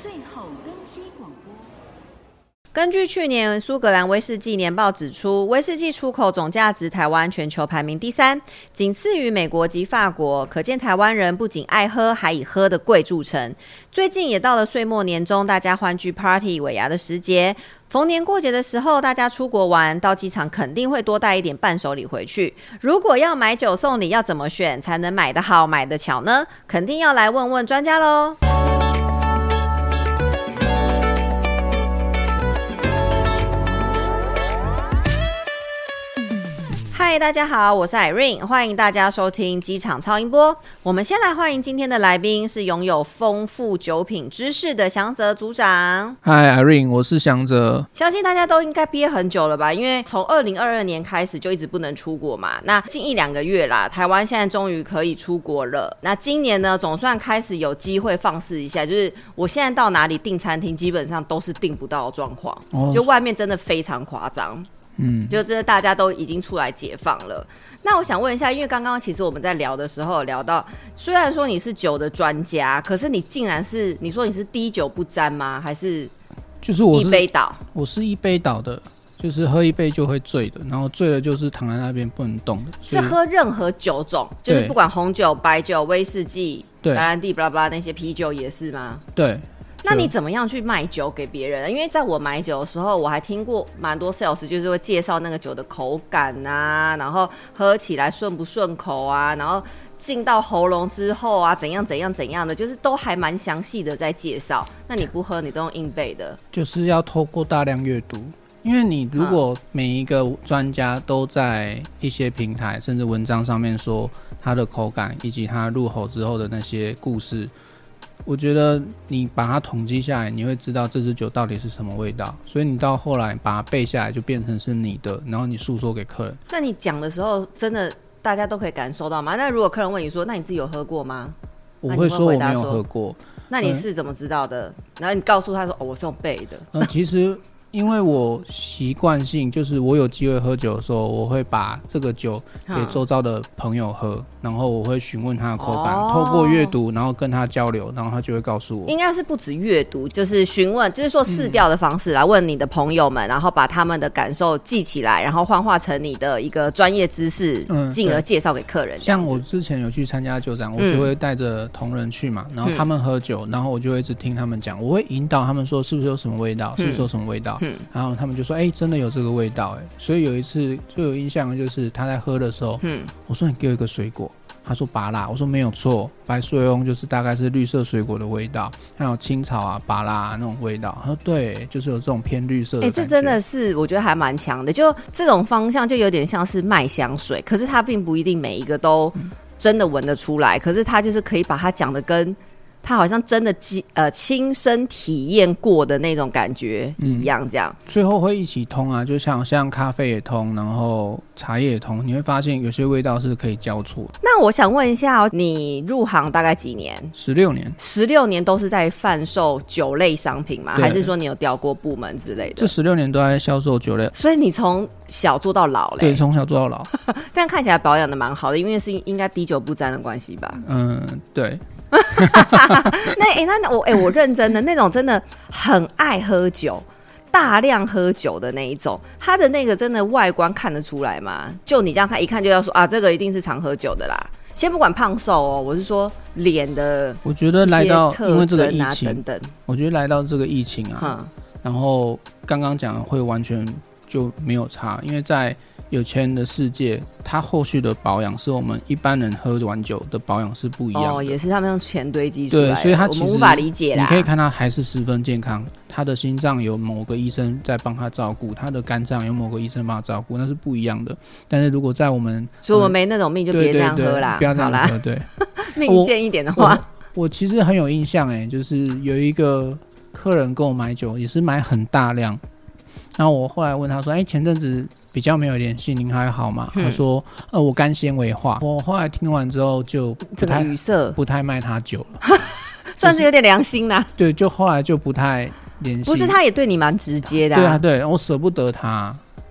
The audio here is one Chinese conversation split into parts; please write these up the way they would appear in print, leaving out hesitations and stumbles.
最后登机广播。 根据去年苏格兰威士忌年报指出，威士忌出口总价值台湾全球排名第3，仅次于美国及法国，可见台湾人不仅爱喝，还以喝的贵著称。最近也到了岁末年终，大家欢聚 party 尾牙的时节，逢年过节的时候，大家出国玩，到机场肯定会多带一点伴手礼回去。如果要买酒送礼，要怎么选才能买得好买得巧呢？肯定要来问问专家咯。嗨，大家好，我是 Irene， 欢迎大家收听机场超音波。我们先来欢迎今天的来宾，是拥有丰富酒品知识的祥泽组长。 嗨 Irene， 我是祥泽。 相信大家都应该憋很久了吧，因为从2022年开始就一直不能出国嘛，那近1-2个月啦，台湾现在终于可以出国了。那今年呢，总算开始有机会放肆一下，就是我现在到哪里订餐厅基本上都是订不到的状况，就外面真的非常夸张。就真的大家都已经出来解放了。那我想问一下，因为刚刚其实我们在聊的时候有聊到，虽然说你是酒的专家，可是你竟然是你说你是滴酒不沾吗？还是就是我是一杯倒？我是一杯倒的，就是喝一杯就会醉的，然后醉了就是躺在那边不能动的。 是喝任何酒种，就是不管红酒、白酒、威士忌、白兰地、巴拉巴拉那些啤酒也是吗？ 对。 那你怎么样去卖酒给别人？因为在我买酒的时候，我还听过蛮多 sales 就是会介绍那个酒的口感啊，然后喝起来顺不顺口啊，然后进到喉咙之后啊，怎样怎样怎样的，就是都还蛮详细的在介绍。那你不喝，你都用硬背的， 就是要透过大量阅读。因为你如果每一个专家都在一些平台甚至文章上面说它的口感以及它入口之后的那些故事，我觉得你把它统计下来，你会知道这支酒到底是什么味道，所以你到后来把它背下来就变成是你的，然后你诉说给客人。 那你讲的时候真的大家都可以感受到吗？那如果客人问你说那你自己有喝过吗？ 我会说我没有喝过。 那你是怎么知道的？然后你告诉他说我是用背的。 其实因为我习惯性就是我有机会喝酒的时候，我会把这个酒给周遭的朋友喝，然后我会询问他的口感，透过阅读然后跟他交流，然后他就会告诉我。应该是不止阅读，就是询问，就是说试调的方式来问你的朋友们，然后把他们的感受记起来，然后幻化成你的一个专业知识，进而介绍给客人。 像我之前有去参加酒展，我就会带着同仁去嘛，然后他们喝酒，然后我就会一直听他们讲，我会引导他们说是不是有什么味道，是不是有什么味道，然后他们就说真的有这个味道所以有一次最有印象的就是他在喝的时候，我说你给我一个水果，他说芭乐，我说没有错，白穗翁就是大概是绿色水果的味道，还有青草啊、芭乐啊那种味道。他说对，就是有这种偏绿色的感觉。 这真的是我觉得还蛮强的，就这种方向就有点像是卖香水，可是它并不一定每一个都真的闻得出来，可是它就是可以把它讲的跟他好像真的亲身体验过的那种感觉一样，这样最后会一起通啊，就像咖啡也通，然后茶叶也通，你会发现有些味道是可以交错。 那我想问一下你入行大概几年 ？16年。 16年都是在贩售酒类商品吗？还是说你有调过部门之类的？ 这16年都在销售酒类。 所以你从小做到老嘞？ 对，从小做到老。 这样看起来保养的蛮好的，因为是应该滴酒不沾的关系吧？ 对。 我认真的那种真的很爱喝酒大量喝酒的那一种，他的那个真的外观看得出来吗？就你这样看一看就要说这个一定是常喝酒的啦。先不管胖瘦我是说脸的， 我觉得来到因为这个疫情等等， 我觉得来到这个疫情然后刚刚讲会完全就没有差，因为在有钱人的世界，他后续的保养是我们一般人喝完酒的保养是不一样的。 也是他们用钱堆积出来的。 对，所以他其实我们无法理解啦。 你可以看他还是十分健康，他的心脏有某个医生在帮他照顾，他的肝脏有某个医生帮他照顾，那是不一样的。但是如果在我们， 所以我们没那种命就别这样喝啦， 不要这样喝。对， 命贱一点的话， 我其实很有印象就是有一个客人跟我买酒，也是买很大量。然后我后来问他说前阵子比较没有联系，您还好吗？他说我肝纤维化。我后来听完之后就不太卖他酒了。 算是有点良心啦。 对，就后来就不太联系。 不是，他也对你蛮直接的。 对，我舍不得他。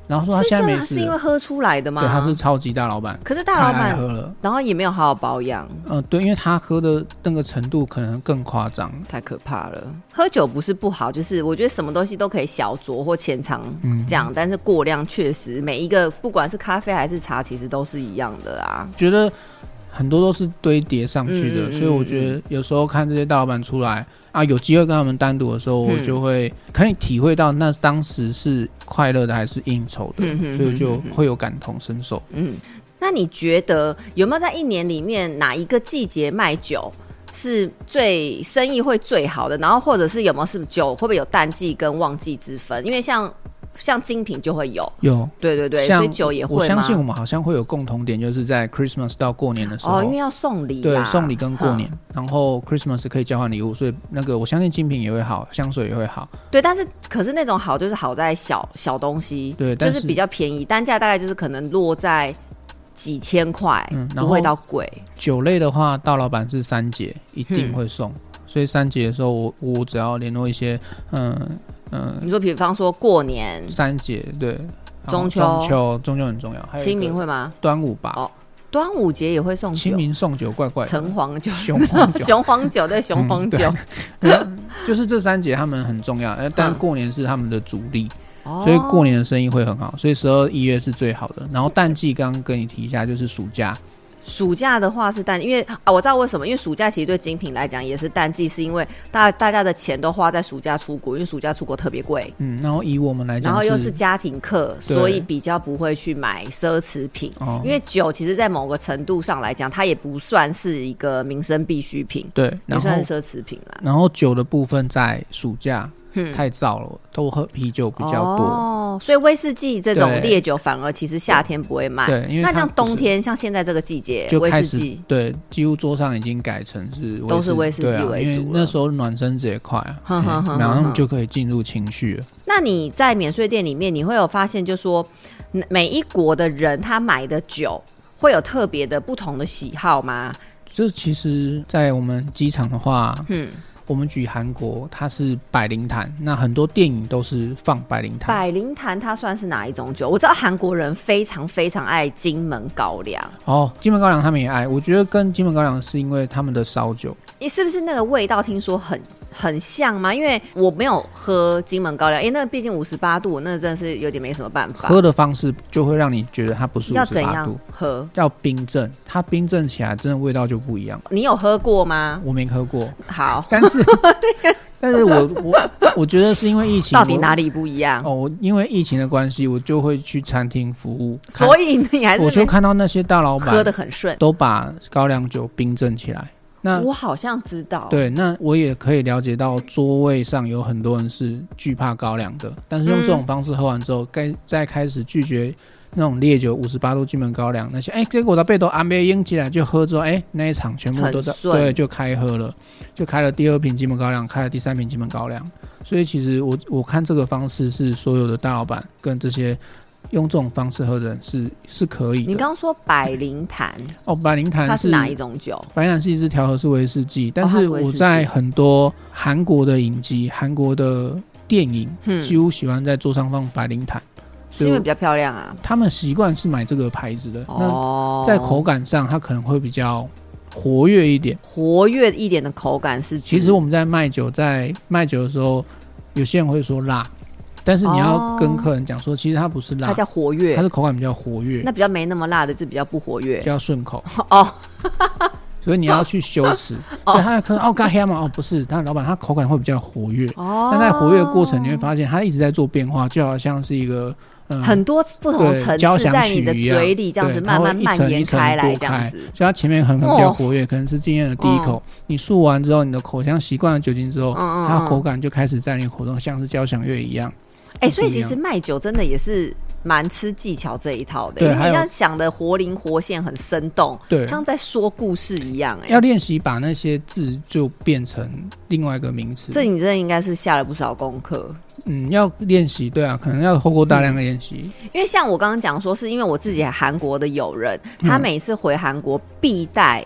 然后说他现在没事， 是因为喝出来的吗？ 对，他是超级大老板， 可是大老板太爱喝了， 然后也没有好好保养。 对，因为他喝的那个程度可能更夸张， 太可怕了。喝酒不是不好，就是我觉得什么东西都可以小酌或浅尝这样，但是过量确实每一个不管是咖啡还是茶，其实都是一样的啊。 觉得很多都是堆叠上去的，所以我觉得有时候看这些大老板出来啊，有机会跟他们单独的时候，我就会可以体会到那当时是快乐的还是应酬的，所以就会有感同身受。 那你觉得有没有在一年里面哪一个季节卖酒是最生意会最好的？然后或者是有没有是酒会不会有淡季跟旺季之分？因为像精品就会有，对对对，所以酒也会吗？ 我相信我们好像会有共同点，就是在 Christmas 到过年的时候， 因为要送礼， 对，送礼跟过年，然后 Christmas 可以交换礼物，所以那个我相信精品也会好，香水也会好， 对，但是可是那种好就是好在小东西， 对， 就是比较便宜，单价大概就是可能落在几千块，不会到贵。 酒类的话，大老板是3节一定会送，所以3节的时候我只要联络一些你说比方说过年 3节，对， 中秋很重要， 清明会吗？ 端午吧， 端午节也会送酒， 清明送酒怪怪的， 橙黄酒、 雄黄酒、 雄黄酒，对，雄黄酒， 就是这3节他们很重要，但过年是他们的主力。所以过年的生意会很好，所以12、1月是最好的。然后淡季刚刚跟你提一下，就是暑假。 暑假的话是淡，因为我知道为什么，因为暑假其实对精品来讲也是淡季，是因为大家的钱都花在暑假出国，因为暑假出国特别贵。 然后以我们来讲， 然后又是家庭课，所以比较不会去买奢侈品。因为酒其实在某个程度上来讲，它也不算是一个民生必需品， 对， 也算是奢侈品啦。 然后酒的部分在暑假。太燥了，都喝啤酒比较多， 所以威士忌这种烈酒反而其实夏天不会卖。 对，因为那像冬天，像现在这个季节， 就开始威士忌对，几乎桌上已经改成是都是威士忌为主了， 因为那时候暖身子也快啊，然后就可以进入情绪了。 那你在免税店里面，你会有发现，就说每一国的人他买的酒会有特别的不同的喜好吗？ 这其实，在我们机场的话，我们举韩国，它是百灵坛，那很多电影都是放百灵坛。 百灵坛它算是哪一种酒？我知道韩国人非常非常爱金门高粱。 金门高粱他们也爱，我觉得跟金门高粱是因为他们的烧酒。 你是不是那个味道听说很像吗？因为我没有喝金门高粱，因为那个毕竟58度，那真的是有点没什么办法。 喝的方式就会让你觉得它不是58度。 要怎样喝？ 要冰镇，它冰镇起来真的味道就不一样。 你有喝过吗？ 我没喝过。 好， 但是我觉得是因为疫情， 到底哪里不一样？ 我因为疫情的关系，我就会去餐厅服务， 所以你还是我就看到那些大老板喝得很顺， 都把高粱酒冰镇起来。那我好像知道， 对，那我也可以了解到桌位上有很多人是惧怕高粱的，但是用这种方式喝完之后，再开始拒绝那种烈酒58度金门高粱那些，结果他被都安倍硬起来就喝之后，那一场全部都在对就开喝了，就开了第2瓶金门高粱，开了第3瓶金门高粱。所以其实我看这个方式是所有的大老板跟这些用这种方式喝的人是可以的。 你刚刚说百灵坛百灵坛它是哪一种酒？ 百灵坛是一支调和式威士忌，但是我在很多韩国的影集、韩国的电影，几乎喜欢在桌上放百灵坛。 是因为比较漂亮啊， 他们习惯是买这个牌子的。那在口感上，它可能会比较活跃一点。 活跃一点的口感是， 其实我们在卖酒的时候，有些人会说辣，但是你要跟客人讲说，其实它不是辣， 它叫活跃， 它是口感比较活跃。 那比较没那么辣的是比较不活跃， 比较顺口所以你要去修辞，所以他的客人干黑嘛不是，他的老板他口感会比较活跃。但在活跃的过程，你会发现他一直在做变化，就好像是一个很多不同的层次在你的嘴里这样子慢慢蔓延开来，这样子。所以它前面可能比较活跃，可能是今天的第一口，你漱完之后，你的口腔习惯了酒精之后，它口感就开始在你口中像是交响乐一样。 所以其实卖酒真的也是蛮吃技巧这一套的，因为你要想的活灵活现，很生动，对，像在说故事一样。 要练习把那些字就变成另外一个名词， 这你真的应该是下了不少功课。 要练习，对啊，可能要透过大量的练习。 因为像我刚刚讲说，是因为我自己韩国的友人，他每次回韩国必带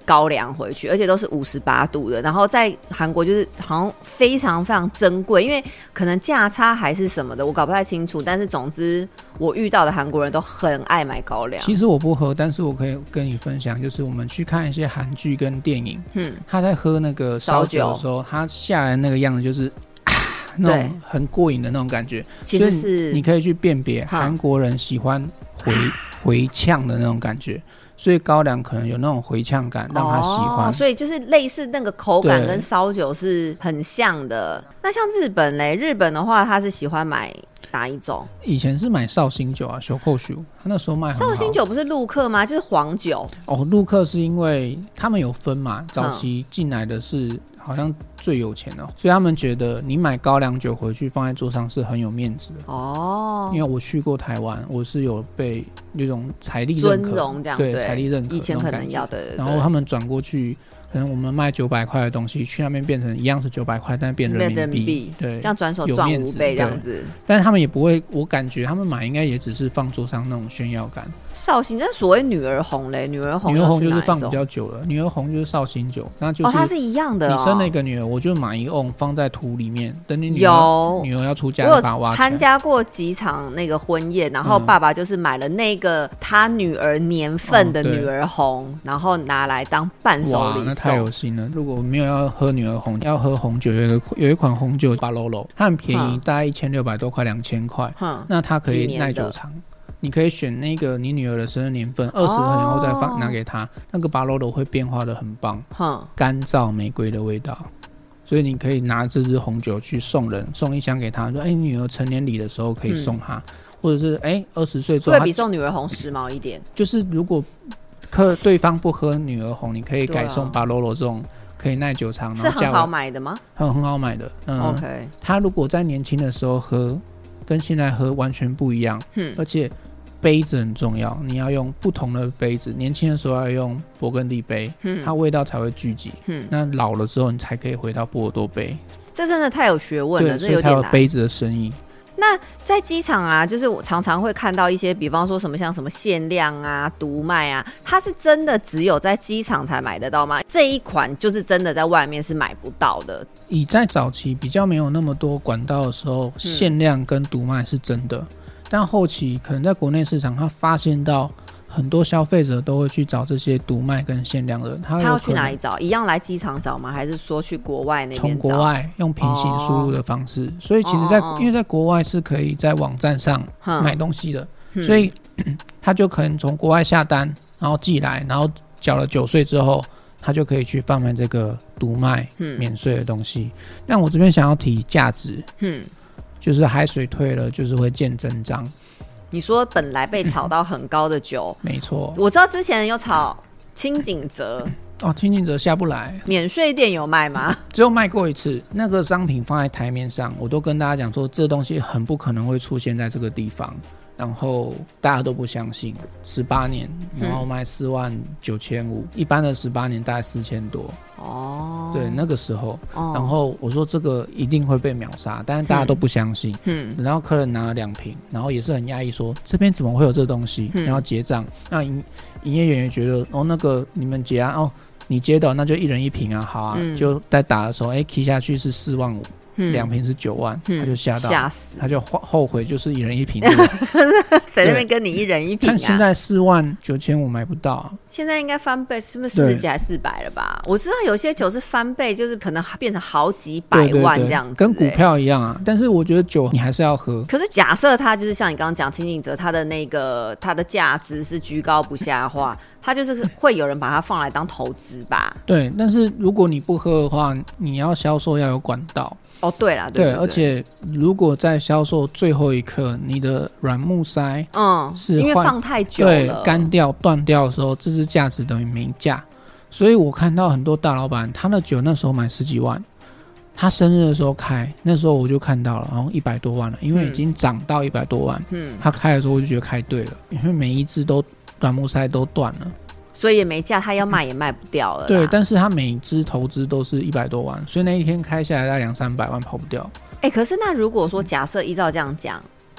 高粱回去，而且都是58度的，然后在韩国就是好像非常非常珍贵，因为可能价差还是什么的，我搞不太清楚，但是总之我遇到的韩国人都很爱买高粱。 其实我不喝，但是我可以跟你分享，就是我们去看一些韩剧跟电影，他在喝那个烧酒的时候，他下来那个样子就是那种很过瘾的那种感觉， 其实是你可以去辨别韩国人喜欢回呛的那种感觉，所以高粱可能有那种回呛感让他喜欢， 所以就是类似那个口感跟烧酒是很像的。那像日本嘞，日本的话他是喜欢买哪一种？ 以前是买绍兴酒啊，修扣酒，他那时候卖很好。 绍兴酒不是陆客吗？就是黄酒。 陆客是因为他们有分嘛，早期进来的是好像最有钱的，所以他们觉得你买高粱酒回去放在桌上是很有面子的。因为我去过台湾，我是有被那种财力认可， 尊荣这样， 对财力认可， 以前可能要的。 然后他们转过去，可能我们卖900块的东西，去那边变成一样是900块，但变人民币，对， 这样转手赚5倍这样子。 但是他们也不会，我感觉他们买应该也只是放桌上那种炫耀感。 绍兴，那所谓女儿红嘞，女儿红就是放比较久了，女儿红就是绍兴酒，那就是它是一样的。 你生了一个女儿，我就买一瓮放在土里面，等你女儿要出嫁，把它挖起来。 参加过几场那个婚宴，然后爸爸就是买了那个他女儿年份的女儿红，然后拿来当伴手礼送。 那太有心了。如果没有要喝女儿红，要喝红酒，有一款红酒巴罗罗，它很便宜，大概1600多块，2000块。那它可以耐久长。你可以选那个你女儿的生日年份，20年后再拿给她，那个巴罗罗会变化的很棒，干燥玫瑰的味道，所以你可以拿这支红酒去送人，送一箱给她，说女儿成年礼的时候可以送她，或者是20岁之后会比送女儿红时髦一点。 就是如果对方不喝女儿红，你可以改送巴罗罗这种可以耐久长， 是很好买的吗？ 很好买的。 OK， 他如果在年轻的时候喝，跟现在喝完全不一样。而且杯子很重要，你要用不同的杯子。年轻的时候要用勃艮第杯，它味道才会聚集。那老了之后，你才可以回到波尔多杯。 这真的太有学问了， 对，所以才有杯子的生意。 那在机场啊，就是我常常会看到一些，比方说什么像什么限量啊、独卖啊，它是真的只有在机场才买得到吗？这一款就是真的在外面是买不到的。 以在早期比较没有那么多管道的时候，限量跟独卖是真的。但后期可能在国内市场，他发现到很多消费者都会去找这些独卖跟限量的。他要去哪里找？一样来机场找吗？还是说去国外那边找？ 从国外用平行输入的方式。所以其实因为在国外是可以在网站上买东西的，所以他就可能从国外下单，然后寄来，然后缴了9岁之后，他就可以去贩卖这个独卖免税的东西。但我这边想要提价值，就是海水退了，就是会见真章。 你说本来被炒到很高的酒， 没错， 我知道之前有炒清景泽。 清景泽下不来。 免税店有卖吗？ 只有卖过一次。那个商品放在台面上，我都跟大家讲说，这东西很不可能会出现在这个地方。然后大家都不相信，18年，然后卖49500，一般的18年大概4000多。对，那个时候，然后我说这个一定会被秒杀，但是大家都不相信。然后客人拿了2瓶，然后也是很压抑说这边怎么会有这东西，然后结账，那营业员也觉得那个你们结啊，你接的那就1人1瓶啊，好啊，就在打的时候key 下去是45000，2瓶是9万，他就吓死，他就后悔，就是1人1瓶。 谁那边跟你1人1瓶啊？ 但现在49500买不到， 现在应该翻倍，是不是40几还是400了吧？我知道有些酒是翻倍，就是可能变成好几百万这样子， 跟股票一样啊。但是我觉得酒你还是要喝。 可是假设它就是像你刚刚讲清景泽，它的那个它的价值是居高不下的话，它就是会有人把它放来当投资吧？ 对，但是如果你不喝的话，你要销售要有管道。 对啦， 对，而且如果在销售最后一刻，你的软木塞是因为放太久了， 对，干掉断掉的时候，这支价值等于没价。所以我看到很多大老板，他的酒那时候买10几万，他生日的时候开，那时候我就看到了，然后100多万了，因为已经涨到100多万。他开的时候我就觉得开对了，因为每一支都软木塞都断了。 所以也没价，他要卖也卖不掉了。 对，但是他每一支投资都是100多万，所以那一天开下来大概200-300万跑不掉。 可是那如果说假设依照这样讲，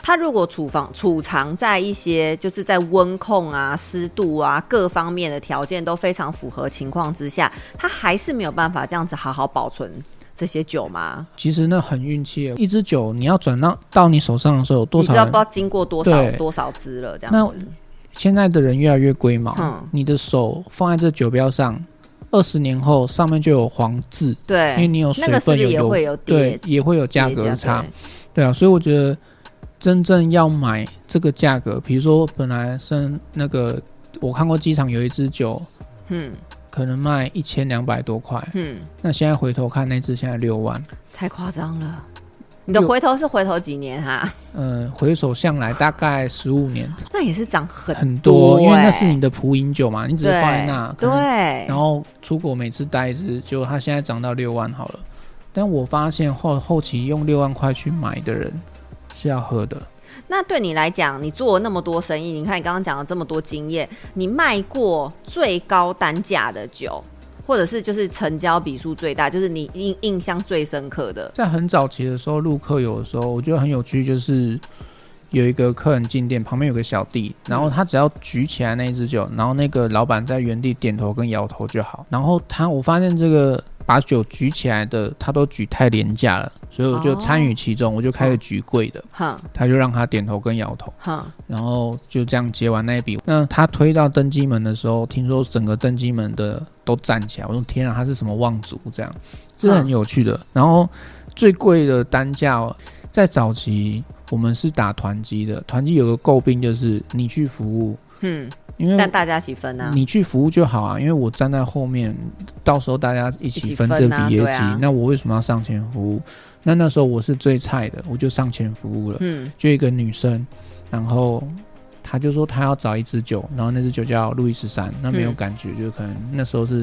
它如果储藏在一些就是在温控啊、湿度啊各方面的条件都非常符合情况之下，它还是没有办法这样子好好保存这些酒吗？ 其实那很运气，一支酒你要转到你手上的时候有多少人， 你知道不知道经过多少支了这样子。 那现在的人越来越龟毛，你的手放在这酒标上，20年后上面就有黄字， 对， 因为你有水分， 那个是不是也会有对，也会有价格差，对啊，所以我觉得真正要买这个价格，比如说本来是那个我看过机场有一支酒，可能卖1200多块，那现在回头看那支现在6万， 太夸张了。你的回头是回头几年哈？ 回首向来大概15年， 那也是涨很多，因为那是你的普饮酒嘛，你只是放在那， 对， 然后出国每次带一支，就它现在涨到6万好了。但我发现后期用6万块去买的人是要喝的。 那对你来讲，你做了那么多生意，你看你刚刚讲了这么多经验，你卖过最高单价的酒，或者是就是成交笔数最大，就是你印象最深刻的？ 在很早期的时候，陆客有的时候我觉得很有趣，就是有一个客人进店，旁边有个小弟，然后他只要举起来那一支酒，然后那个老板在原地点头跟摇头就好。然后我发现这个把酒举起来的他都举太廉价了，所以我就参与其中，我就开始举贵的，他就让他点头跟摇头，然后就这样结完那一笔。那他推到登机门的时候，听说整个登机门的都站起来，我说天啊，他是什么望族这样，这是很有趣的。然后最贵的单价在早期我们是打团机的，团机有个诟病就是你去服务，因为但大家一起分啊， 你去服务就好啊，因为我站在后面，到时候大家一起分这笔业绩，那我为什么要上前服务？那时候我是最菜的，我就上前服务了，就一个女生，然后她就说她要找一支酒，然后那支酒叫路易13，那没有感觉，就可能那时候是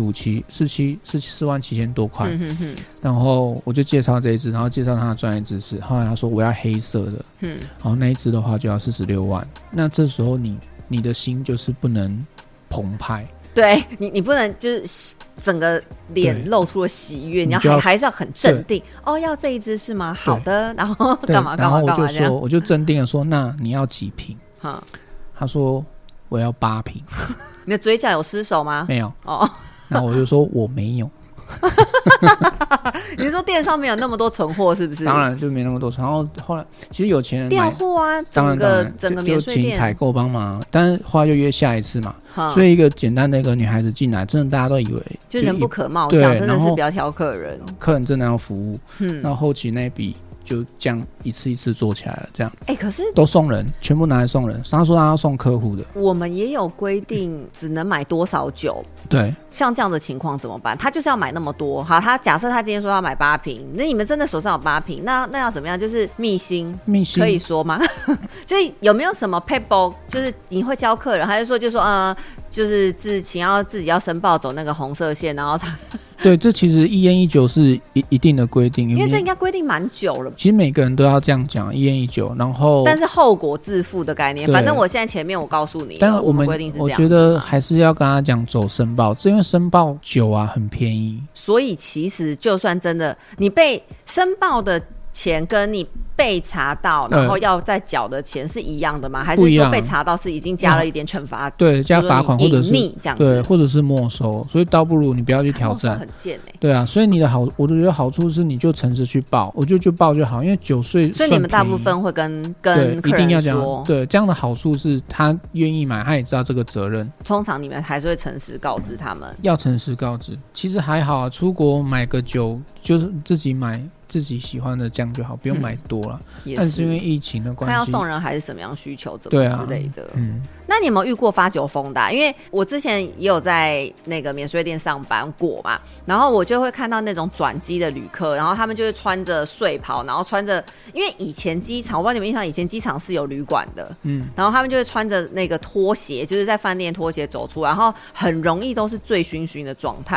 47000多块，然后我就介绍这一支，然后介绍她的专业知识，后来她说我要黑色的，然后那一支的话就要46万，那这时候你的心就是不能澎湃， 对你不能就是整个脸露出了喜悦，你要还是要很镇定。哦，要这一支是吗？好的，然后干嘛干嘛干嘛这样？ 我就镇定的说，那你要几瓶？他说我要8瓶。 你的嘴角有失手吗？ 没有。哦，然后我就说我没有。 你说店上没有那么多存货是不是？ 当然就没那么多。然后后来其实有钱人调货啊，整个免税店就请采购帮忙，但是后来就约下一次嘛。所以一个简单的一个女孩子进来，真的大家都以为就人不可貌相，真的是不要挑客人， 客人真的要服务。然后后期那笔就这样一次一次做起来了，这样。 可是都送人，全部拿来送人。他说他要送客户的。 我们也有规定，只能买多少酒。 对， 像这样的情况怎么办？他就是要买那么多。好，他假设他今天说要买8瓶，那你们真的手上有8瓶，那要怎么样？就是秘辛可以说吗？就是有没有什么 paper， 就是你会教客人，还是说就是自己要申报走那个红色线，然后才对，这其实一烟一酒是一定的规定， 因为这应该规定蛮久了。 其实每个人都要这样讲，一烟一酒，然后但是后果自负的概念，反正我现在前面我告诉你， 但是我们规定是这样子。 我觉得还是要跟他讲走申报，因为申报酒啊很便宜， 所以其实就算真的你被申报的钱跟你被查到然后要再缴的钱是一样的吗？还是说被查到是已经加了一点惩罚？ 对，加罚款或者是这样子， 对，或者是没收，所以倒不如你不要去挑战， 很贱对啊，所以你的我就觉得好处是你就诚实去报，我就报就好，因为9岁， 所以你们大部分会跟客人说， 一定要这样，对，这样的好处是他愿意买，他也知道这个责任。 通常你们还是会诚实告知他们， 要诚实告知。其实还好啊，出国买个酒就是自己买自己喜欢的酱就好，不用买多了。但是因为疫情的关系， 看要送人还是什么样需求，怎么之类的。那你有没有遇过发酒疯的？因为我之前也有在那个免税店上班过嘛，然后我就会看到那种转机的旅客，然后他们就会穿着睡袍，然后穿着，因为以前机场，我不知道你们印象，以前机场是有旅馆的，然后他们就会穿着那个拖鞋，就是在饭店拖鞋走出来，然后很容易都是醉醺醺的状态。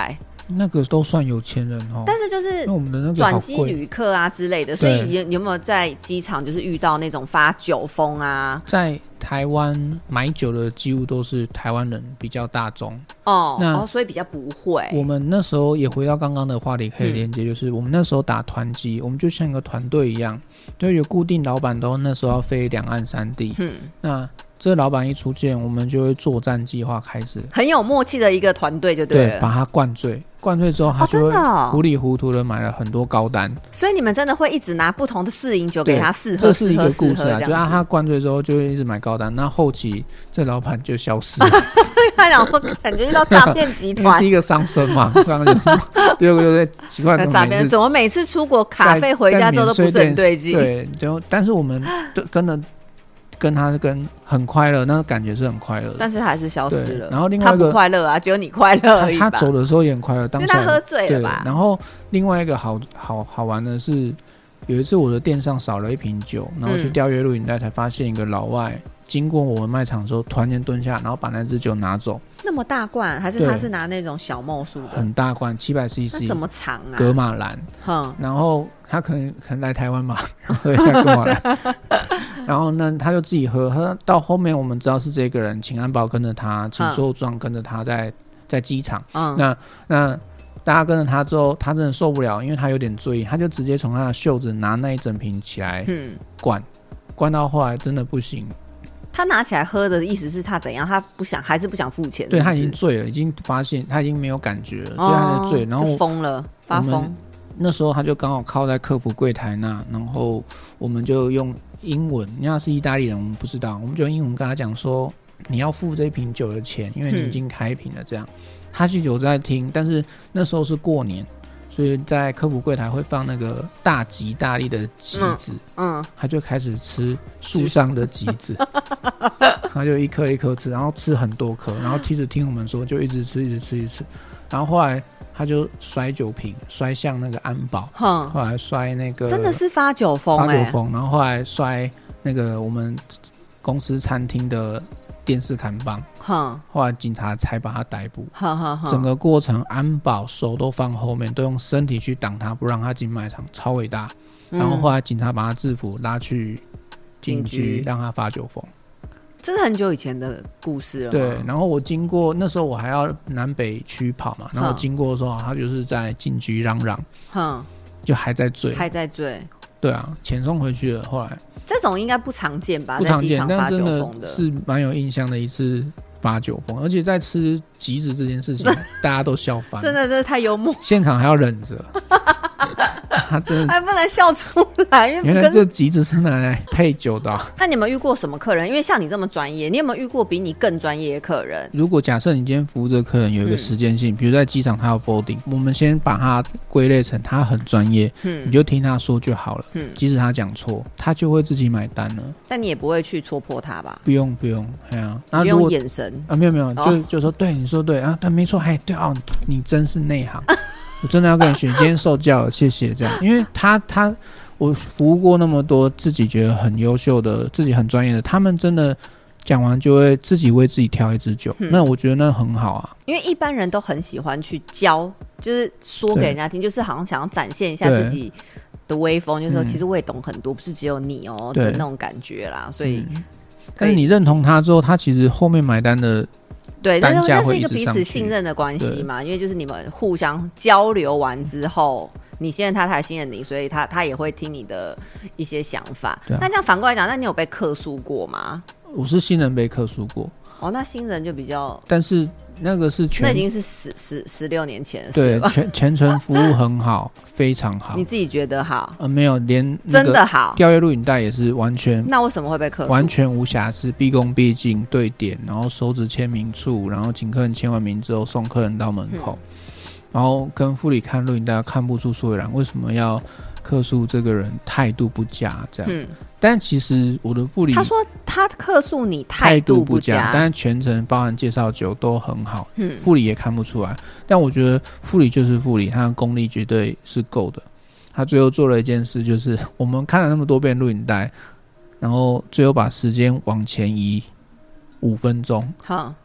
那个都算有钱人哦。 但是就是因为我们的那个转机旅客啊之类的，所以你有没有在机场就是遇到那种发酒疯啊？ 在台湾买酒的几乎都是台湾人比较大众所以比较不会。 我们那时候也回到刚刚的话题可以连接，就是我们那时候打团机，我们就像一个团队一样，就有固定老板都那时候要飞两岸三地，那这老板一出现，我们就会作战计划开始， 很有默契的一个团队就对了。 对，把他灌醉，灌醉之后他就会糊里糊涂的买了很多高单， 所以你们真的会一直拿不同的试饮酒给他试喝， 这是一个故事啊，就让他灌醉之后就会一直买高单，那后期这老板就消失了。 他想说感觉遇到诈骗集团， 第一个伤身嘛，刚刚就说，第二个就是奇怪， 诈骗怎么每次出国卡费回家之后都不是很对劲？ 对，但是我们跟他很快乐，那个感觉是很快乐的， 但是他还是消失了。 然后另外一个他不快乐啊，只有你快乐而已吧。 他走的时候也很快乐，当时因为他喝醉了吧。 然后另外一个好玩的是，有一次我的店上少了一瓶酒，然后去调阅录影带才发现一个老外经过我们卖场的时候，突然间蹲下，然后把那支酒拿走。 那么大罐，还是他是拿那种小沫数的？很大罐700cc， 那怎么藏啊？ 格马兰。然后他可能来台湾嘛，喝一下格马兰。然后呢，他就自己喝到后面我们知道是这个人，请安保跟着他，请所有状跟着他在机场。那大家跟着他之后，他真的受不了，因为他有点醉，他就直接从他的袖子拿那一整瓶起来灌到后来真的不行。 他拿起来喝的意思是他怎样？他还是不想付钱？ 对，他已经醉了，已经发现他已经没有感觉了，所以他在醉，然后就疯了，发疯。 那时候他就刚好靠在客服柜台那，然后我们就用英文，因为他是意大利人，我们不知道，我们就用英文跟他讲说，你要付这瓶酒的钱，因为你已经开瓶了。这样，他就有在听，但是那时候是过年。所以在客服柜台会放那个大吉大利的橘子，他就开始吃树上的橘子，他就一颗一颗吃，然后吃很多颗，然后一直听我们说，就一直吃，然后后来他就摔酒瓶，摔向那个安保，后来摔那个真的是发酒疯， 然后后来摔那个我们公司餐厅的电视看板，后来警察才把他逮捕。整个过程安保手都放后面，都用身体去挡他，不让他进卖场，超伟大。然后后来警察把他制服，拉去警局，让他发酒疯。 这是很久以前的故事了。 对，然后我经过那时候我还要南北区跑嘛，然后我经过的时候，他就是在警局嚷嚷，就还在醉。对啊，遣送回去了。后来这种应该不常见吧？ 不常见，但真的是蛮有印象的一次发酒疯，而且在吃橘子这件事情，大家都笑翻， 真的太幽默， 现场还要忍着。他真的还不能笑出来，因为原来这橘子是拿来配酒的。 那你有没有遇过什么客人？因为像你这么专业，你有没有遇过比你更专业的客人？ 如果假设你今天服务这个客人有一个时间性，比如在机场他要 boarding， 我们先把他归类成他很专业，你就听他说就好了。即使他讲错，他就会自己买单了。 但你也不会去戳破他吧？ 不用，哎呀， 你就用眼神啊，没有，就说对，你说对啊，对，没错，嘿，对哦，你真是内行。我真的要跟你学，今天受教了，谢谢。这样，因为我服务过那么多自己觉得很优秀的、自己很专业的，他们真的讲完就会自己为自己挑一支酒，那我觉得那很好啊。 因为一般人都很喜欢去教，就是说给人家听，就是好像想要展现一下自己的威风，就是说其实我也懂很多，不是只有你的那种感觉啦。所以， 但是你认同他之后，他其实后面买单的。 对，但是那是一个彼此信任的关系嘛，因为就是你们互相交流完之后，你信任他，他也信任你，所以他也会听你的一些想法。那这样反过来讲，那你有被客诉过吗？ 我是新人被客诉过。 那新人就比较， 但是那个是那已经是16年前的事了。 对，全程服务很好，非常好。 你自己觉得好？ 没有，连真的好。 调阅录影带也是完全。 那为什么会被客诉？ 完全无瑕疵，毕恭毕敬，对点，然后手指签名处，然后请客人签完名之后送客人到门口，然后跟副理看录影带看不出所以然，为什么要客诉这个人态度不佳这样？但其实我的副理他说他客诉你态度不佳， 但是全程包含介绍酒都很好，副理也看不出来。但我觉得副理就是副理，他的功力绝对是够的。他最后做了一件事，就是我们看了那么多遍录影带，然后最后把时间往前移5分钟，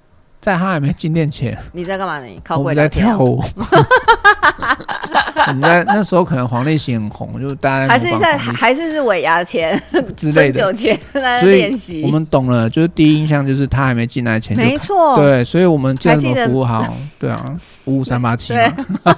在他还没进店前， 你在干嘛呢？你靠我们在柜聊天跳舞。我们在那时候可能黄立行很红，就大家还是尾牙前之类的， 春酒前在所以练习。 我们懂了，就是第一印象就是他还没进来前就， 没错， 对，所以我们这怎么服务好？对啊，55387嘛，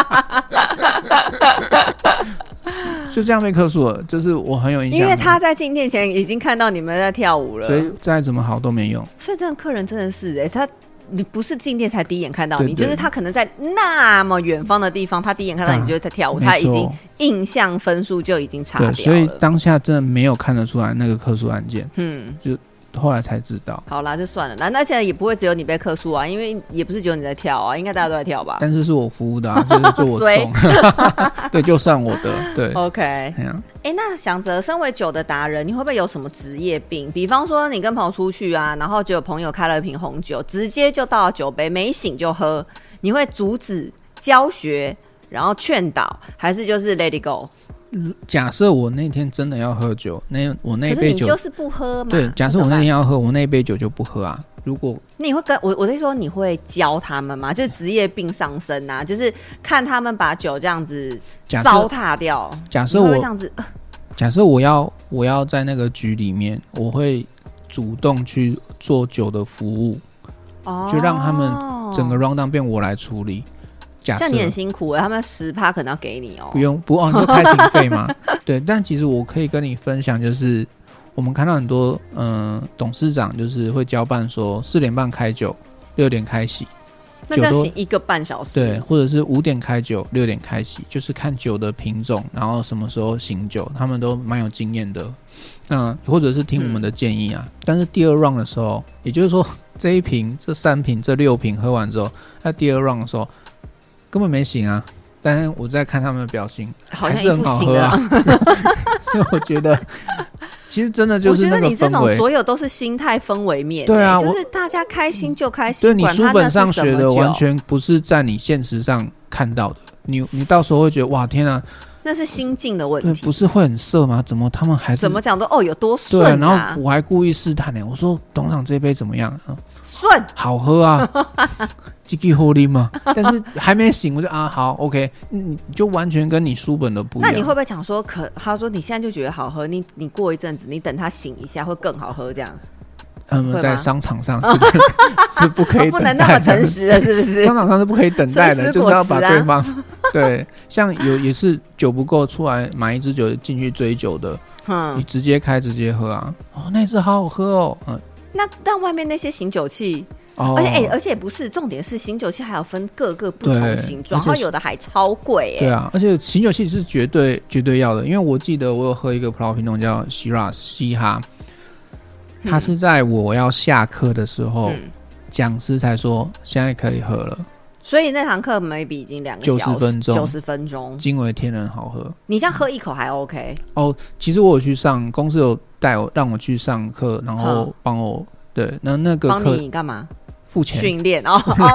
就这样被客诉了，就是我很有印象， 因为他在进店前已经看到你们在跳舞了， 所以再怎么好都没用。 所以这个客人真的是你不是进店才第一眼看到你， 对对， 就是他可能在那么远方的地方，他第一眼看到你就是在跳舞，他已经印象分数就已经差掉了。 对，所以当下真的没有看得出来那个客诉案件，就后来才知道。 好啦，就算了。那现在也不会只有你被客诉啊，因为也不是只有你在跳啊，应该大家都在跳吧？ 但是是我服务的啊，就我中，对，就算我的，对。 OK。那祥哲，身为酒的达人，你会不会有什么职业病？比方说，你跟朋友出去啊，然后就有朋友开了一瓶红酒，直接就倒了酒杯，没醒就喝，你会阻止、教学，然后劝导，还是就是 let it go？ 假设我那天真的要喝酒，我那一杯酒， 可是你就是不喝嘛。 对，假设我那天要喝，我那一杯酒就不喝啊。如果你会跟我在说，你会教他们吗？就是职业病上身啊，就是看他们把酒这样子糟蹋掉。 假设我会这样子， 假设我要在那个局里面，我会主动去做酒的服务，就让他们整个 round down 变我来处理。这样你很辛苦他们10%可能要给你哦。 不用你就开庭费嘛。对，但其实我可以跟你分享，就是我们看到很多董事长就是会交办说4点半开酒，6点开洗， 那就要醒1个半小时。 对，或者是5点开酒，6点开洗，就是看酒的品种，然后什么时候醒酒，他们都蛮有经验的。那或者是听我们的建议啊。但是第2 round 的时候，也就是说这一瓶、这3瓶、这6瓶喝完之后，在第2 round 的时候根本没醒啊。但是我在看他们的表情，还是很好喝啊。所以我觉得其实真的就是那个氛围，我觉得你这种所有都是心态氛围面。 对啊， 就是大家开心就开心。 对，你书本上学的完全不是在你现实上看到的。你到时候会觉得哇天啊， 那是心境的问题。 不是会很涩吗？怎么他们还是怎么讲都有多顺啊。 对，然后我还故意试探我说董事长这杯怎么样？ 顺， 好喝啊。继续喝啉嘛，但是还没醒，我就好 OK， 你就完全跟你书本的不一样。 那你会不会讲说他说你现在就觉得好喝，你过一阵子，你等他醒一下会更好喝这样？ 在商场上是不可以等待的， 不能那么诚实的，是不是？ 商场上是不可以等待的，就是要把对方对，像也是酒不够出来买一支酒进去追酒的，你直接开直接喝啊。那支好好喝哦。 那外面那些醒酒器。而且不是重点是醒酒器还有分各个不同形状，然后有的还超贵。 对啊，而且醒酒器是绝对要的，因为我记得我有喝一个葡萄品种叫 Shiraz 嘻哈，它是在我要下课的时候，讲师才说现在可以喝了。 所以那堂课 maybe 已经2个小时90分钟， 惊为天人好喝。 你这样喝一口还 OK？ 其实我有去上，公司有让我去上课，然后帮我对那个课帮你干嘛？ 付钱训练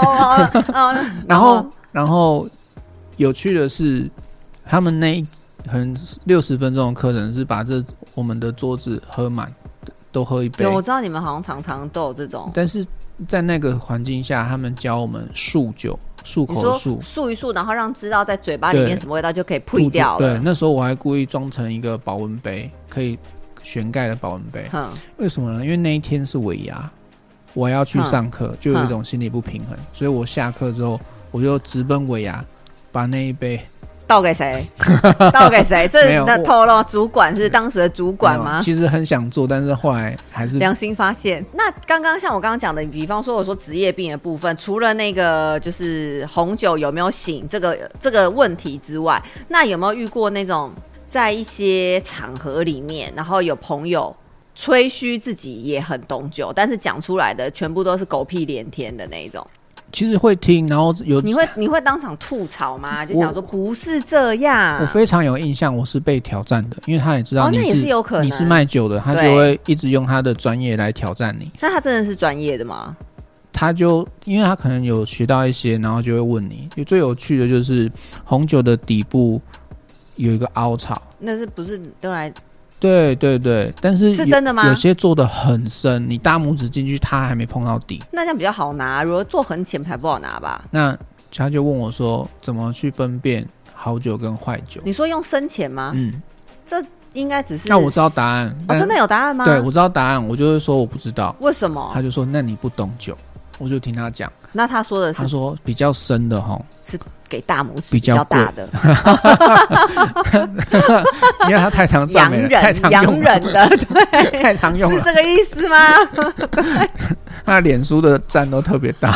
然后有趣的是，他们那可能60分钟的课程是把我们的桌子喝满，都喝一杯。 我知道你们好像常常都有这种， 但是在那个环境下，他们教我们漱酒，漱口的漱一漱，然后让知道在嘴巴里面什么味道就可以吐掉了。 对，那时候我还故意装成一个保温杯，可以旋盖的保温杯。为什么呢？因为那一天是尾牙。我要去上课，就有一种心理不平衡，所以我下课之后，我就直奔尾牙，把那一杯倒给谁？倒给谁？这那透露主管是当时的主管吗？ 其实很想做，但是后来还是良心发现。那像我刚刚讲的，比方说我说职业病的部分，除了那个就是红酒有没有醒这个问题之外，那有没有遇过那种在一些场合里面，然后有朋友吹嘘自己也很懂酒，但是讲出来的全部都是狗屁连天的那一种？ 其实会听，然后你会当场吐槽吗？就讲说不是这样。 我非常有印象，我是被挑战的，因为他也知道那也是有可能你是卖酒的，他就会一直用他的专业来挑战你。 那他真的是专业的吗？ 他就因为他可能有学到一些，然后就会问你。最有趣的就是红酒的底部有一个凹槽， 那是不是都来对对对，但是是真的吗？ 有些做的很深，你大拇指进去，它还没碰到底。 那这样比较好拿，如果做很浅才不好拿吧？ 那他就问我说，怎么去分辨好酒跟坏酒？ 你说用深浅吗？这应该只是…… 那我知道答案。 真的有答案吗？ 对，我知道答案，我就会说我不知道。 为什么？ 他就说那你不懂酒，我就听他讲。 那他说的是？ 他说比较深的齁是给大拇指比较大的， 因为他太常赞美了，太常用洋人的，对， 太常用了， 是这个意思吗？ 他脸书的赞都特别大，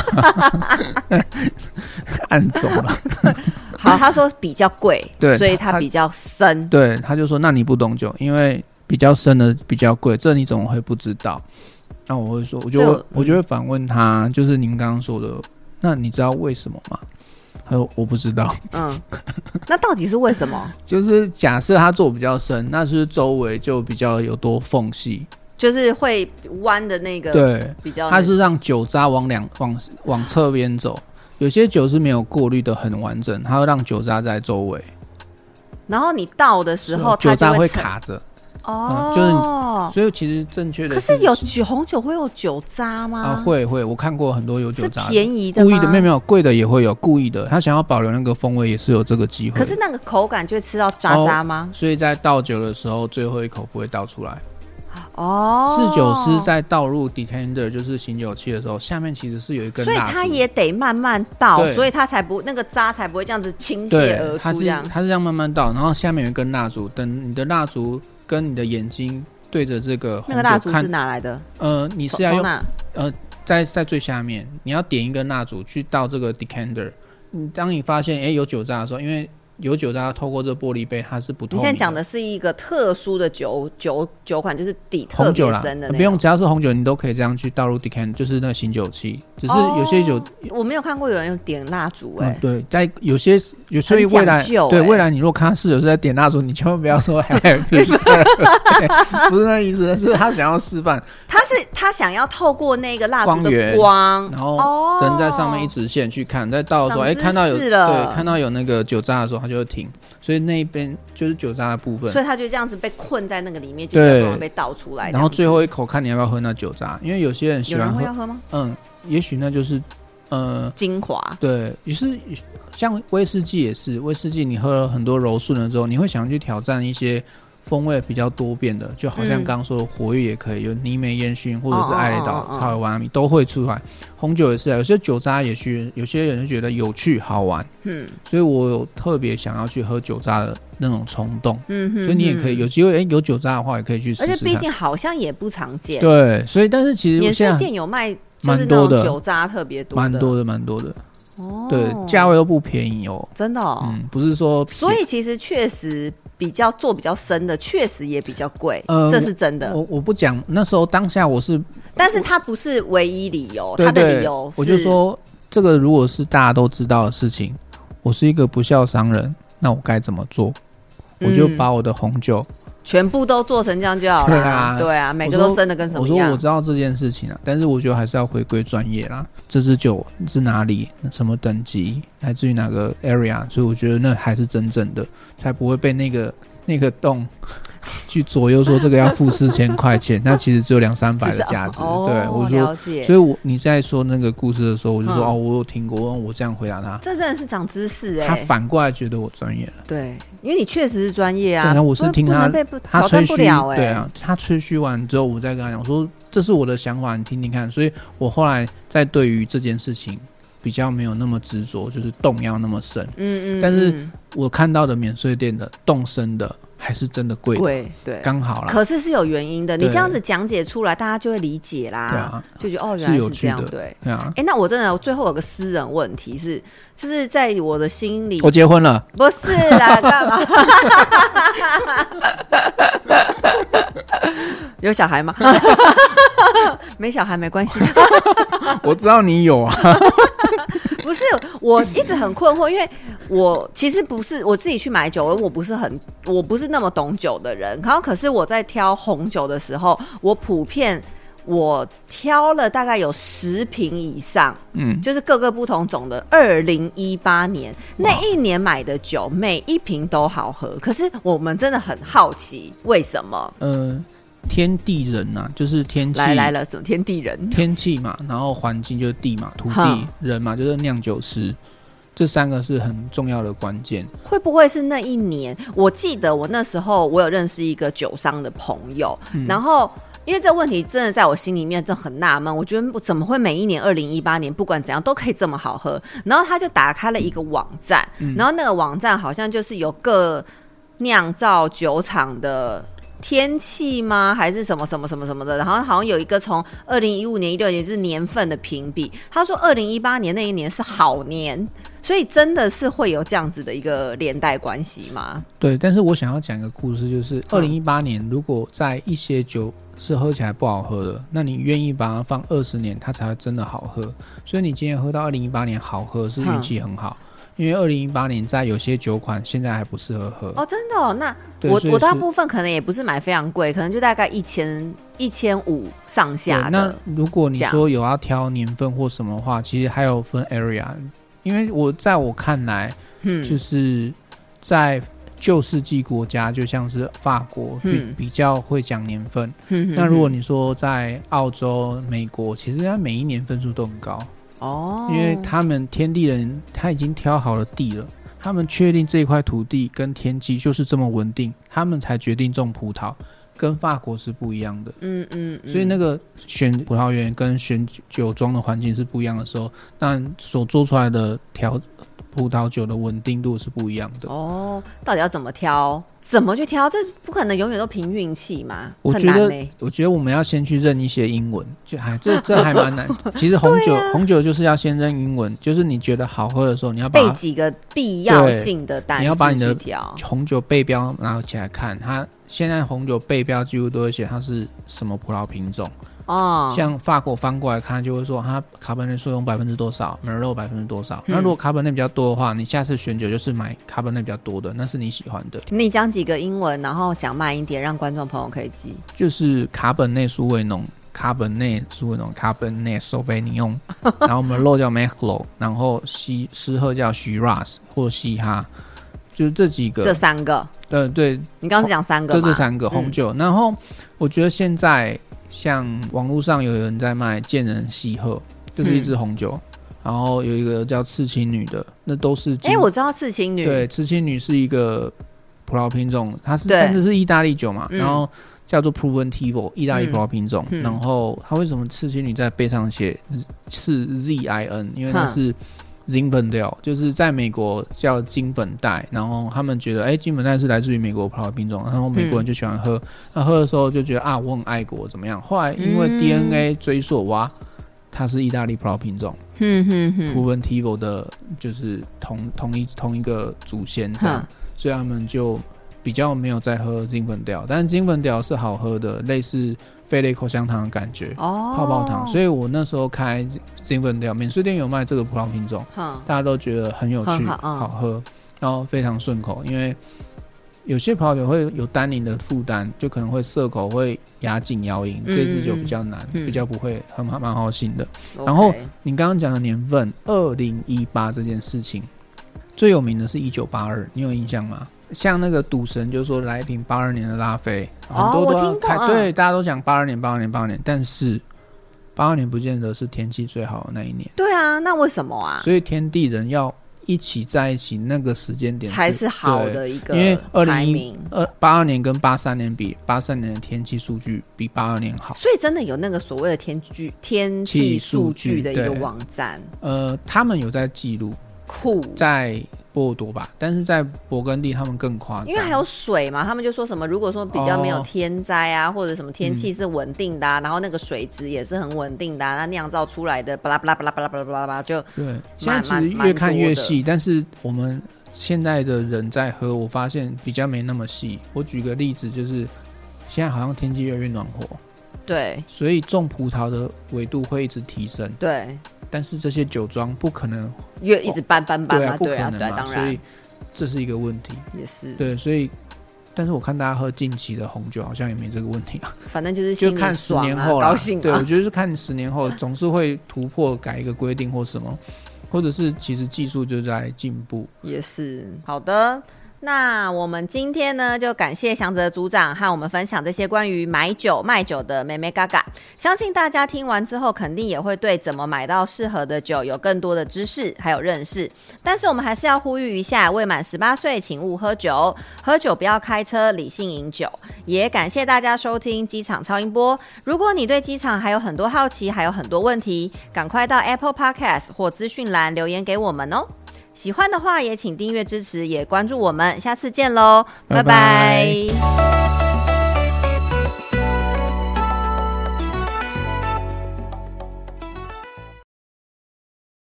按走了。 好，他说比较贵， 对， 所以他比较深。 对，他就说那你不懂酒，因为比较深的比较贵，这你怎么会不知道？那我会说，我就会反问他，就是您刚刚说的，那你知道为什么吗？他说我不知道。 那到底是为什么？ 就是假设他做比较深，那就是周围就比较有多缝隙， 就是会弯的那个， 对， 比较它是让酒渣往侧边走。有些酒是没有过滤的很完整，它会让酒渣在周围， 然后你倒的时候， 酒渣会卡着。就是所以其实正确的， 可是有红酒会有酒渣吗？ 会，我看过很多有酒渣的， 是便宜的吗？ 故意的，没有贵的也会有，故意的，他想要保留那个风味也是有这个机会。 可是那个口感就会吃到渣吗？ 所以在倒酒的时候，最后一口不会倒出来。 侍酒师在倒入 decanter 就是醒酒器的时候，下面其实是有一根蜡烛， 所以他也得慢慢倒，所以他才不那个渣才不会这样子倾泻而出。 它是这样慢慢倒，然后下面有一根蜡烛，等你的蜡烛跟你的眼睛对着这个红酒看。 那个蜡烛是哪来的？ 你是要用在最下面，你要点一根蜡烛去倒这个 decanter。当你发现有酒渣的时候，因为有酒渣透过这玻璃杯，它是不透明的。 你现在讲的是一个特殊的酒款，就是底特别深的那种。 不用，只要是红酒，你都可以这样去倒入 decanter， 就是那个醒酒器。只是有些酒， 我没有看过有人用点蜡烛对，在所以未来未来你如果看他侍酒师在点蜡烛，你千万不要说不是那意思，是他想要示范。 他想要透过那个蜡烛的光， 然后人在上面一直线去看，在倒的时候，看到有那个酒渣的时候，他就会停。所以那一边就是酒渣的部分， 所以他就这样子被困在那个里面，就没有办法被倒出来。 然后最后一口看你要不要喝那酒渣，因为有些人喜欢喝。 有人会要喝吗？ 也许那就是精华。 对，也是像威士忌也是，威士忌你喝了很多柔顺了之后，你会想去挑战一些风味比较多变的，就好像刚刚说的活跃也可以，有泥煤烟熏或者是艾雷岛草莓瓦米都会出来。红酒也是有些酒渣也许有些人就觉得有趣好玩，所以我有特别想要去喝酒渣的那种冲动，所以你也可以有机会，有酒渣的话也可以去试试看。 而且毕竟好像也不常见， 对，所以但是其实免税店有卖，就是那种酒渣特别多的， 蛮多的。对，价位都不便宜哦， 真的不是说， 所以其实确实做比较深的，确实也比较贵，这是真的。 我不讲，那时候当下我是， 但是它不是唯一理由， 对它的理由是， 我就说这个如果是大家都知道的事情，我是一个不肖商人，那我该怎么做？我就把我的红酒全部都做成这样就好了。对啊，每个都深的跟什么一样。 我说我知道这件事情啊，但是我觉得还是要回归专业啦。这支酒是哪里、什么等级，来自于哪个 area， 所以我觉得那还是真正的，才不会被那个洞去左右说这个要付4000块钱，那其实只有200-300的价值。对，我说， 了解。 所以你在说那个故事的时候，我就说我有听过，我这样回答他。 这真的是长知识他反过来觉得我专业了。 对，因为你确实是专业啊。 对，然后我是听他吹嘘， 对啊，他吹嘘完之后，我再跟他讲说这是我的想法，你听听看。所以我后来在对于这件事情比较没有那么执着，就是洞要那么深。但是我看到的免税店的洞深的还是真的贵的，对，刚好啦。 可是是有原因的，你这样子讲解出来，大家就会理解啦。 对啊， 就觉得原来是这样，对啊。 那我真的最后有个私人问题是，就是在我的心里， 我结婚了， 不是啦，干嘛？有小孩吗？没小孩没关系。 我知道你有啊。 不是，我一直很困惑，因为我其实不是我自己去买酒，我不是那么懂酒的人。然后，可是我在挑红酒的时候，我普遍我挑了大概有10瓶以上，就是各个不同种的。2018年那一年买的酒，每一瓶都好喝。可是我们真的很好奇，为什么？ 天地人啊，就是天气来了，什么天地人？ 天气嘛，然后环境就是地嘛，土地人嘛，就是酿酒师。这3个是很重要的关键。 会不会是那一年？我记得我那时候我有认识一个酒商的朋友，然后因为这个问题真的在我心里面真的很纳闷，我觉得怎么会每一年2018年不管怎样都可以这么好喝？然后他就打开了一个网站，然后那个网站好像就是有各酿造酒厂的天气吗？还是什么什么什么什么的？然后好像有一个从2015年、16年就是年份的评比，他说2018年那一年是好年，所以真的是会有这样子的一个连带关系吗？ 对，但是我想要讲一个故事，就是2018年如果在一些酒是喝起来不好喝的，那你愿意把它放20年，它才会真的好喝。所以你今天喝到2018年好喝，是运气很好。因为2018年在有些酒款现在还不适合喝哦，真的哦。那我大部分可能也不是买非常贵，可能就大概1500上下的。 那如果你说有要挑年份或什么的话，其实还有分 area， 因为在我看来，就是在旧世纪国家，就像是法国，比较会讲年份。那如果你说在澳洲、美国，其实它每一年分数都很高。因为他们天地人他已经挑好了地了，他们确定这一块土地跟天气就是这么稳定，他们才决定种葡萄，跟法国是不一样的。所以那个选葡萄园跟选酒庄的环境是不一样的时候，但所做出来的葡萄酒的稳定度是不一样的。 到底要怎么挑？怎么去挑？这不可能永远都凭运气嘛。 我觉得我们要先去认一些英文，这还蛮难。其实红酒就是要先认英文，就是你觉得好喝的时候，你要把背几个必要性的单词， 你要把你的红酒背标拿起来看。它现在红酒背标几乎都会写它是什么葡萄品种。像法国翻过来看，就会说它卡本内苏用多少，梅洛多少。那如果卡本内比较多的话，你下次选酒就是买卡本内比较多的，那是你喜欢的。 你讲几个英文，然后讲慢一点，让观众朋友可以记。 就是卡本内苏维浓、卡本内苏维浓、卡本内索菲尼翁，然后梅洛叫 Merlot， 然后湿喝叫 Shiraz 或西哈，就是这几个。 这3个。 对，你刚刚是讲3个吗？ 这3个红酒。然后我觉得现在像网络上有人在卖健人喜鹤，就是一支红酒，然后有一个叫刺青女的，那都是我知道刺青女。 对，刺青女是一个葡萄品种，但是是意大利酒嘛，然后叫做 Preventivo 意大利葡萄品种。然后它为什么刺青女在背上写是 ZIN？ 因为那是Zinfandel， 就是在美国叫金粉黛，然后他们觉得金粉黛是来自于美国葡萄品种，然后美国人就喜欢喝，那喝的时候就觉得我很爱国怎么样，后来因为 DNA 追溯它是意大利葡萄品种，Preventivo 的就是同一个祖先这样，所以他们就比较没有在喝金粉调，但是金粉调是好喝的，类似飞雷口香糖的感觉，泡泡糖。所以我那时候开金粉调，免税店有卖这个葡萄品种，大家都觉得很有趣，好喝，然后非常顺口，因为有些葡萄酒会有单宁的负担，就可能会涩口，会牙紧咬饮，这支酒比较难，比较不会蛮好醒的。然后你刚刚讲的年份2018这件事情，最有名的是1982，你有印象吗？像那个赌神就说来一瓶82年的拉菲，很多都要开，对，大家都讲82年，但是82年不见得是天气最好的那一年。 对啊，那为什么啊？ 所以天地人要一起在一起，那个时间点才是好的一个。 因为82年跟83年比，83年的天气数据比82年好， 所以真的有那个所谓的天气数据的一个网站。 他们有在记录，在波尔多吧，但是在勃艮第他们更夸张， 因为还有水嘛，他们就说什么如果说比较没有天灾啊，或者什么天气是稳定的然后那个水质也是很稳定的那酿造出来的巴拉巴拉巴拉巴拉巴拉巴拉就对。现在其实越看越细，但是我们现在的人在喝，我发现比较没那么细。我举个例子，就是现在好像天气越来越暖和， 对， 所以种葡萄的纬度会一直提升， 对。 但是这些酒庄不可能一直搬嘛， 对啊，不可能嘛， 对，当然， 所以这是一个问题， 也是对，所以但是我看大家喝近期的红酒好像也没这个问题啊， 反正就是心里就爽看10年后高兴对，我觉得是看10年后总是会突破改一个规定或什么，或者是其实技术就在进步。 也是好的。那我们今天呢，就感谢翔泽组长和我们分享这些关于买酒卖酒的眉眉嘎嘎，相信大家听完之后肯定也会对怎么买到适合的酒有更多的知识还有认识。但是我们还是要呼吁一下，未满18岁请勿喝酒，喝酒不要开车，理性饮酒。也感谢大家收听机场超音波。如果你对机场还有很多好奇，还有很多问题，赶快到 Apple Podcast 或资讯栏留言给我们哦。喜欢的话也请订阅支持，也关注我们，下次见咯，拜拜。